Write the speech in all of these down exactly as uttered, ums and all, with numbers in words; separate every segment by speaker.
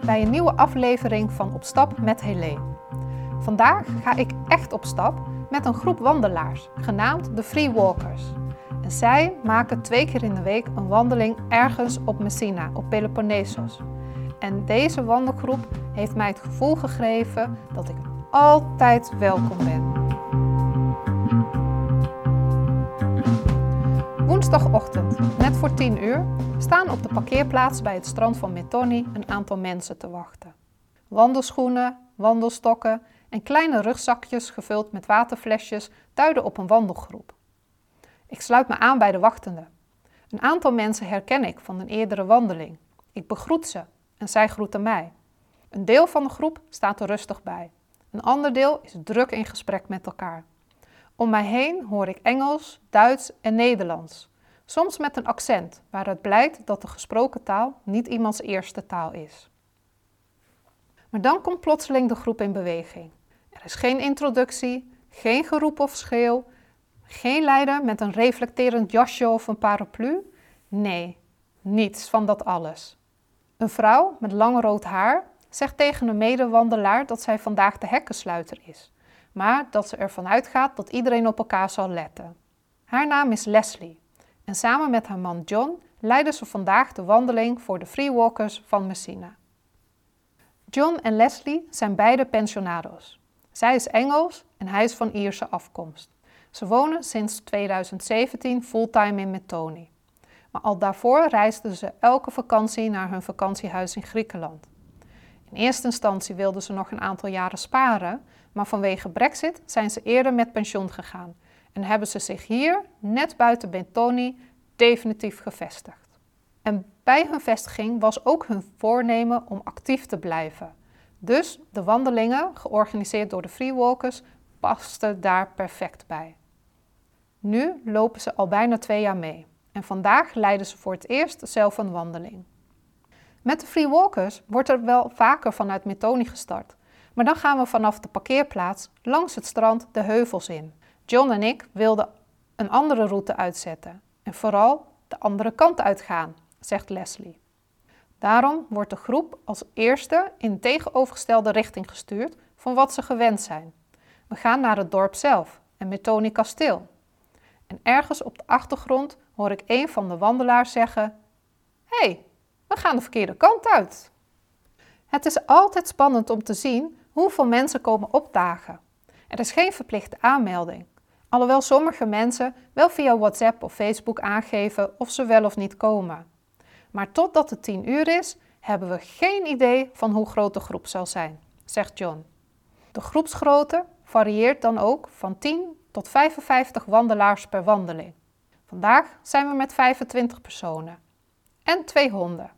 Speaker 1: bij een nieuwe aflevering van Op Stap met Helene. Vandaag ga ik echt op stap met een groep wandelaars, genaamd de Free Walkers. En zij maken twee keer in de week een wandeling ergens op Messina, op Peloponnesos. En deze wandelgroep heeft mij het gevoel gegeven dat ik altijd welkom ben. Woensdagochtend, net voor tien uur, staan op de parkeerplaats bij het strand van Methoni een aantal mensen te wachten. Wandelschoenen, wandelstokken en kleine rugzakjes gevuld met waterflesjes duiden op een wandelgroep. Ik sluit me aan bij de wachtenden. Een aantal mensen herken ik van een eerdere wandeling. Ik begroet ze en zij groeten mij. Een deel van de groep staat er rustig bij. Een ander deel is druk in gesprek met elkaar. Om mij heen hoor ik Engels, Duits en Nederlands. Soms met een accent waaruit blijkt dat de gesproken taal niet iemands eerste taal is. Maar dan komt plotseling de groep in beweging. Er is geen introductie, geen geroep of schreeuw, geen leider met een reflecterend jasje of een paraplu. Nee, niets van dat alles. Een vrouw met lang rood haar zegt tegen een medewandelaar dat zij vandaag de hekkensluiter is, maar dat ze ervan uitgaat dat iedereen op elkaar zal letten. Haar naam is Leslie en samen met haar man John leiden ze vandaag de wandeling voor de Free Walkers van Messina. John en Leslie zijn beide pensionado's. Zij is Engels en hij is van Ierse afkomst. Ze wonen sinds tweeduizend zeventien fulltime in Methoni. Maar al daarvoor reisden ze elke vakantie naar hun vakantiehuis in Griekenland. In eerste instantie wilden ze nog een aantal jaren sparen, maar vanwege Brexit zijn ze eerder met pensioen gegaan en hebben ze zich hier, net buiten Methoni, definitief gevestigd. En bij hun vestiging was ook hun voornemen om actief te blijven. Dus de wandelingen, georganiseerd door de Free Walkers, pasten daar perfect bij. Nu lopen ze al bijna twee jaar mee en vandaag leiden ze voor het eerst zelf een wandeling. Met de Free Walkers wordt er wel vaker vanuit Methoni gestart, maar dan gaan we vanaf de parkeerplaats langs het strand de heuvels in. John en ik wilden een andere route uitzetten en vooral de andere kant uitgaan, zegt Leslie. Daarom wordt de groep als eerste in de tegenovergestelde richting gestuurd van wat ze gewend zijn. We gaan naar het dorp zelf en Methoni kasteel. En ergens op de achtergrond hoor ik een van de wandelaars zeggen: "Hé, hey, we gaan de verkeerde kant uit." Het is altijd spannend om te zien hoeveel mensen komen opdagen. Er is geen verplichte aanmelding, alhoewel sommige mensen wel via WhatsApp of Facebook aangeven of ze wel of niet komen. Maar totdat het tien uur is, hebben we geen idee van hoe groot de groep zal zijn, zegt John. De groepsgrootte varieert dan ook van tien tot vijfenvijftig wandelaars per wandeling. Vandaag zijn we met vijfentwintig personen. En twee honden.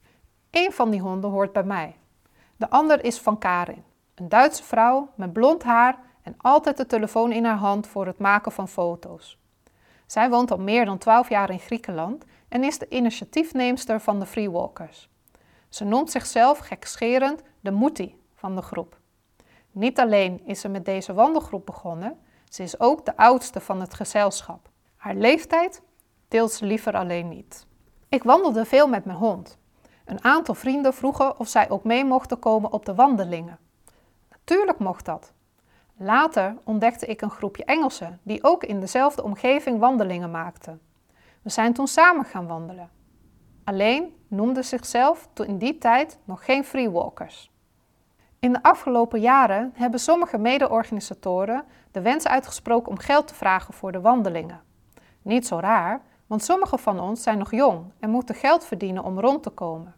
Speaker 1: Eén van die honden hoort bij mij. De ander is van Karin, een Duitse vrouw met blond haar en altijd de telefoon in haar hand voor het maken van foto's. Zij woont al meer dan twaalf jaar in Griekenland en is de initiatiefneemster van de Free Walkers. Ze noemt zichzelf gekscherend de moetie van de groep. Niet alleen is ze met deze wandelgroep begonnen, ze is ook de oudste van het gezelschap. Haar leeftijd deelt ze liever alleen niet. Ik wandelde veel met mijn hond. Een aantal vrienden vroegen of zij ook mee mochten komen op de wandelingen. Natuurlijk mocht dat. Later ontdekte ik een groepje Engelsen die ook in dezelfde omgeving wandelingen maakten. We zijn toen samen gaan wandelen. Alleen noemden zichzelf toen in die tijd nog geen Free Walkers. In de afgelopen jaren hebben sommige mede-organisatoren de wens uitgesproken om geld te vragen voor de wandelingen. Niet zo raar, want sommigen van ons zijn nog jong en moeten geld verdienen om rond te komen.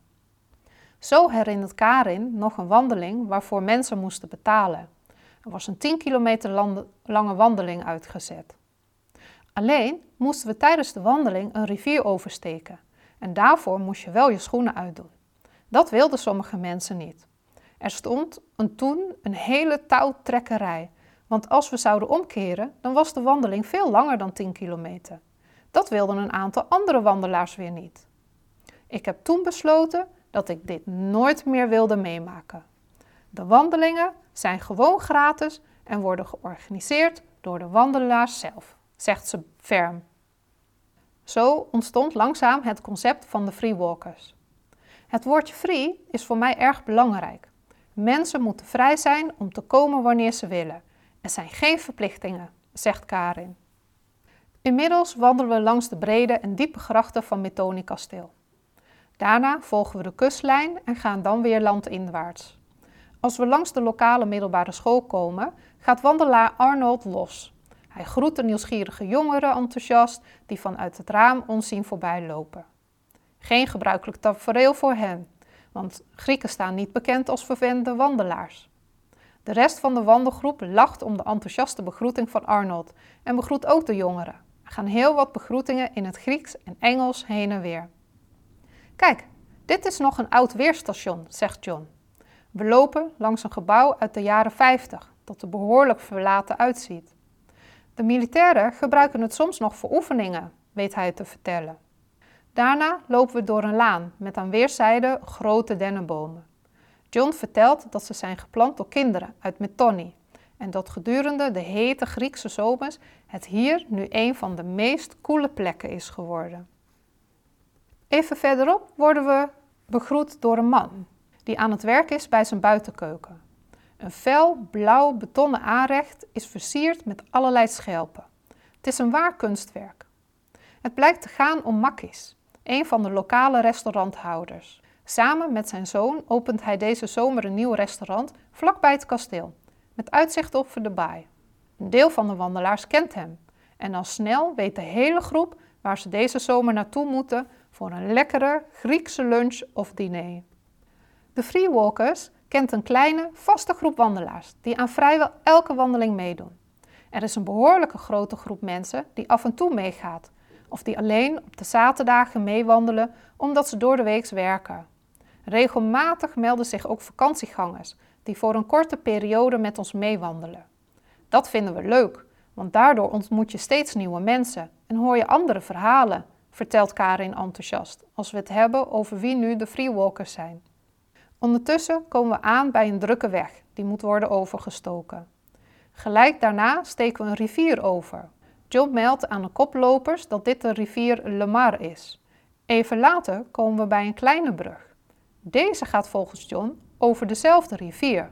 Speaker 1: Zo herinnert Karin nog een wandeling waarvoor mensen moesten betalen. Er was een tien kilometer lange wandeling uitgezet. Alleen moesten we tijdens de wandeling een rivier oversteken en daarvoor moest je wel je schoenen uitdoen. Dat wilden sommige mensen niet. Er stond een toen een hele touwtrekkerij, want als we zouden omkeren, dan was de wandeling veel langer dan tien kilometer. Dat wilden een aantal andere wandelaars weer niet. Ik heb toen besloten dat ik dit nooit meer wilde meemaken. De wandelingen zijn gewoon gratis en worden georganiseerd door de wandelaars zelf, zegt ze ferm. Zo ontstond langzaam het concept van de Free Walkers. Het woordje free is voor mij erg belangrijk. Mensen moeten vrij zijn om te komen wanneer ze willen. Er zijn geen verplichtingen, zegt Karin. Inmiddels wandelen we langs de brede en diepe grachten van Methoni Kasteel. Daarna volgen we de kustlijn en gaan dan weer landinwaarts. Als we langs de lokale middelbare school komen, gaat wandelaar Arnold los. Hij groet de nieuwsgierige jongeren enthousiast die vanuit het raam ons zien voorbij lopen. Geen gebruikelijk tafereel voor hen, want Grieken staan niet bekend als vervende wandelaars. De rest van de wandelgroep lacht om de enthousiaste begroeting van Arnold en begroet ook de jongeren. Er gaan heel wat begroetingen in het Grieks en Engels heen en weer. Kijk, dit is nog een oud weerstation, zegt John. We lopen langs een gebouw uit de jaren vijftig, dat er behoorlijk verlaten uitziet. De militairen gebruiken het soms nog voor oefeningen, weet hij te vertellen. Daarna lopen we door een laan met aan weerszijden grote dennenbomen. John vertelt dat ze zijn geplant door kinderen uit Methoni en dat gedurende de hete Griekse zomers het hier nu een van de meest koele plekken is geworden. Even verderop worden we begroet door een man die aan het werk is bij zijn buitenkeuken. Een fel blauw betonnen aanrecht is versierd met allerlei schelpen. Het is een waar kunstwerk. Het blijkt te gaan om Makis, een van de lokale restauranthouders. Samen met zijn zoon opent hij deze zomer een nieuw restaurant vlakbij het kasteel, met uitzicht over de baai. Een deel van de wandelaars kent hem en al snel weet de hele groep waar ze deze zomer naartoe moeten voor een lekkere Griekse lunch of diner. De Freewalkers kent een kleine, vaste groep wandelaars die aan vrijwel elke wandeling meedoen. Er is een behoorlijke grote groep mensen die af en toe meegaat, of die alleen op de zaterdagen meewandelen omdat ze door de week werken. Regelmatig melden zich ook vakantiegangers die voor een korte periode met ons meewandelen. Dat vinden we leuk, want daardoor ontmoet je steeds nieuwe mensen en hoor je andere verhalen, vertelt Karin enthousiast, als we het hebben over wie nu de Freewalkers zijn. Ondertussen komen we aan bij een drukke weg die moet worden overgestoken. Gelijk daarna steken we een rivier over. John meldt aan de koplopers dat dit de rivier Lemar is. Even later komen we bij een kleine brug. Deze gaat volgens John over dezelfde rivier.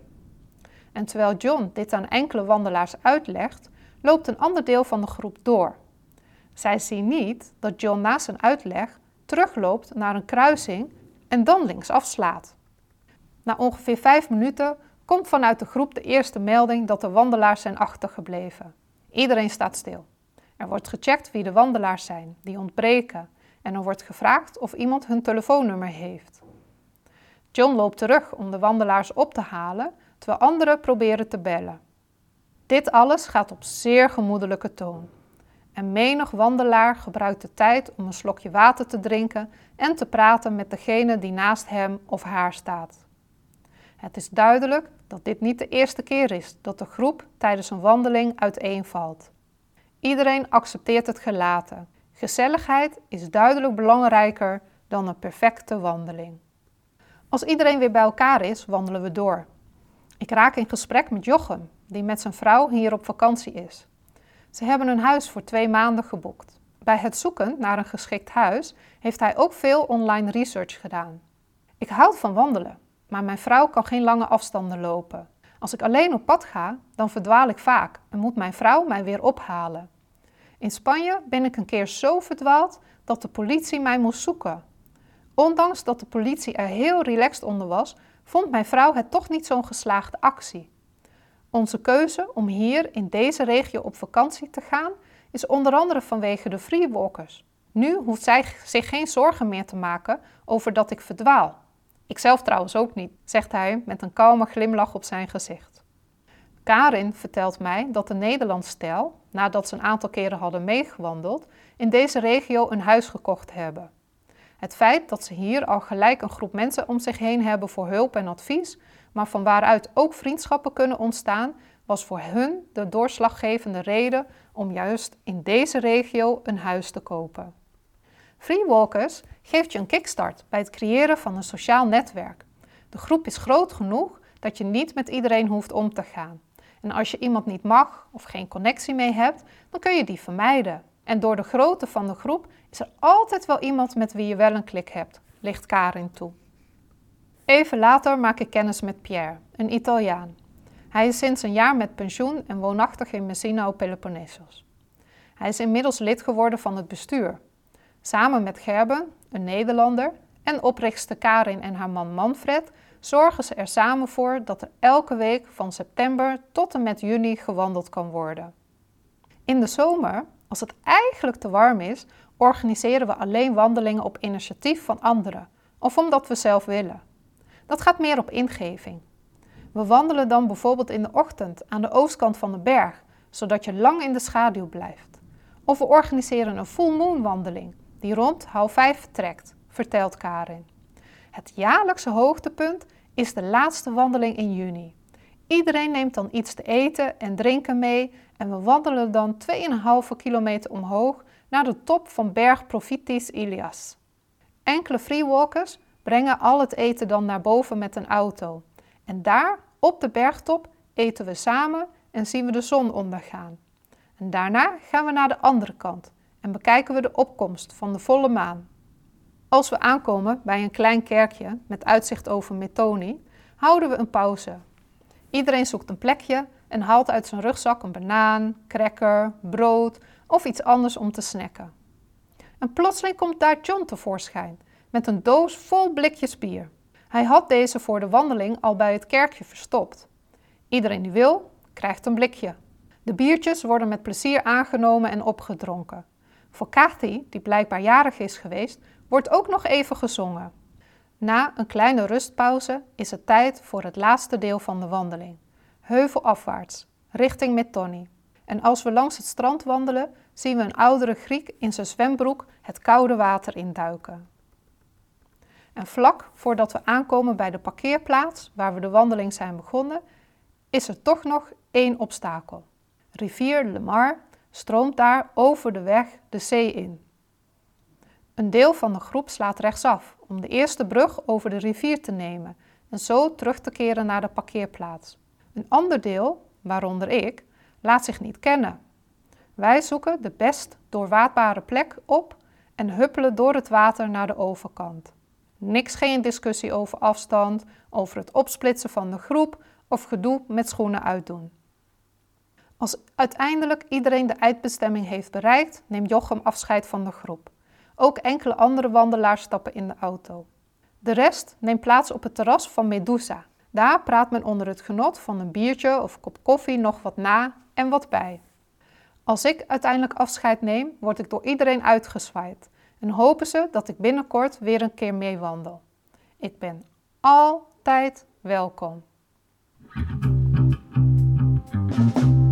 Speaker 1: En terwijl John dit aan enkele wandelaars uitlegt, loopt een ander deel van de groep door. Zij zien niet dat John na zijn uitleg terugloopt naar een kruising en dan linksaf slaat. Na ongeveer vijf minuten komt vanuit de groep de eerste melding dat de wandelaars zijn achtergebleven. Iedereen staat stil. Er wordt gecheckt wie de wandelaars zijn, die ontbreken, en er wordt gevraagd of iemand hun telefoonnummer heeft. John loopt terug om de wandelaars op te halen, terwijl anderen proberen te bellen. Dit alles gaat op zeer gemoedelijke toon. En menig wandelaar gebruikt de tijd om een slokje water te drinken en te praten met degene die naast hem of haar staat. Het is duidelijk dat dit niet de eerste keer is dat de groep tijdens een wandeling uiteenvalt. Iedereen accepteert het gelaten. Gezelligheid is duidelijk belangrijker dan een perfecte wandeling. Als iedereen weer bij elkaar is, wandelen we door. Ik raak in gesprek met Jochem, die met zijn vrouw hier op vakantie is. Ze hebben een huis voor twee maanden geboekt. Bij het zoeken naar een geschikt huis heeft hij ook veel online research gedaan. Ik houd van wandelen, maar mijn vrouw kan geen lange afstanden lopen. Als ik alleen op pad ga, dan verdwaal ik vaak en moet mijn vrouw mij weer ophalen. In Spanje ben ik een keer zo verdwaald dat de politie mij moest zoeken. Ondanks dat de politie er heel relaxed onder was, vond mijn vrouw het toch niet zo'n geslaagde actie. Onze keuze om hier in deze regio op vakantie te gaan is onder andere vanwege de Freewalkers. Nu hoeft zij zich geen zorgen meer te maken over dat ik verdwaal. Ikzelf trouwens ook niet, zegt hij met een kalme glimlach op zijn gezicht. Karin vertelt mij dat de Nederlands stel, nadat ze een aantal keren hadden meegewandeld, in deze regio een huis gekocht hebben. Het feit dat ze hier al gelijk een groep mensen om zich heen hebben voor hulp en advies, maar van waaruit ook vriendschappen kunnen ontstaan, was voor hun de doorslaggevende reden om juist in deze regio een huis te kopen. Freewalkers geeft je een kickstart bij het creëren van een sociaal netwerk. De groep is groot genoeg dat je niet met iedereen hoeft om te gaan. En als je iemand niet mag of geen connectie mee hebt, dan kun je die vermijden. En door de grootte van de groep is er altijd wel iemand met wie je wel een klik hebt, licht Karin toe. Even later maak ik kennis met Pierre, een Italiaan. Hij is sinds een jaar met pensioen en woonachtig in Messina op Peloponnesos. Hij is inmiddels lid geworden van het bestuur. Samen met Gerben, een Nederlander, en oprichtster Karin en haar man Manfred zorgen ze er samen voor dat er elke week van september tot en met juni gewandeld kan worden. In de zomer, als het eigenlijk te warm is, organiseren we alleen wandelingen op initiatief van anderen of omdat we zelf willen. Dat gaat meer op ingeving. We wandelen dan bijvoorbeeld in de ochtend aan de oostkant van de berg, zodat je lang in de schaduw blijft. Of we organiseren een full moon wandeling, die rond half vijf vertrekt, vertelt Karin. Het jaarlijkse hoogtepunt is de laatste wandeling in juni. Iedereen neemt dan iets te eten en drinken mee en we wandelen dan twee komma vijf kilometer omhoog naar de top van berg Prophytis Ilias. Enkele freewalkers brengen al het eten dan naar boven met een auto. En daar, op de bergtop, eten we samen en zien we de zon ondergaan. En daarna gaan we naar de andere kant en bekijken we de opkomst van de volle maan. Als we aankomen bij een klein kerkje met uitzicht over Methoni, houden we een pauze. Iedereen zoekt een plekje en haalt uit zijn rugzak een banaan, cracker, brood of iets anders om te snacken. En plotseling komt daar John tevoorschijn met een doos vol blikjes bier. Hij had deze voor de wandeling al bij het kerkje verstopt. Iedereen die wil, krijgt een blikje. De biertjes worden met plezier aangenomen en opgedronken. Voor Kathy, die blijkbaar jarig is geweest, wordt ook nog even gezongen. Na een kleine rustpauze is het tijd voor het laatste deel van de wandeling. Heuvelafwaarts, richting Methoni. En als we langs het strand wandelen, zien we een oudere Griek in zijn zwembroek het koude water induiken. En vlak voordat we aankomen bij de parkeerplaats, waar we de wandeling zijn begonnen, is er toch nog één obstakel. Rivier Lemar stroomt daar over de weg de zee in. Een deel van de groep slaat rechtsaf om de eerste brug over de rivier te nemen en zo terug te keren naar de parkeerplaats. Een ander deel, waaronder ik, laat zich niet kennen. Wij zoeken de best doorwaadbare plek op en huppelen door het water naar de overkant. Niks geen discussie over afstand, over het opsplitsen van de groep of gedoe met schoenen uitdoen. Als uiteindelijk iedereen de eindbestemming heeft bereikt, neemt Jochem afscheid van de groep. Ook enkele andere wandelaars stappen in de auto. De rest neemt plaats op het terras van Medusa. Daar praat men onder het genot van een biertje of kop koffie nog wat na en wat bij. Als ik uiteindelijk afscheid neem, word ik door iedereen uitgezwaaid en hopen ze dat ik binnenkort weer een keer meewandel. Ik ben altijd welkom.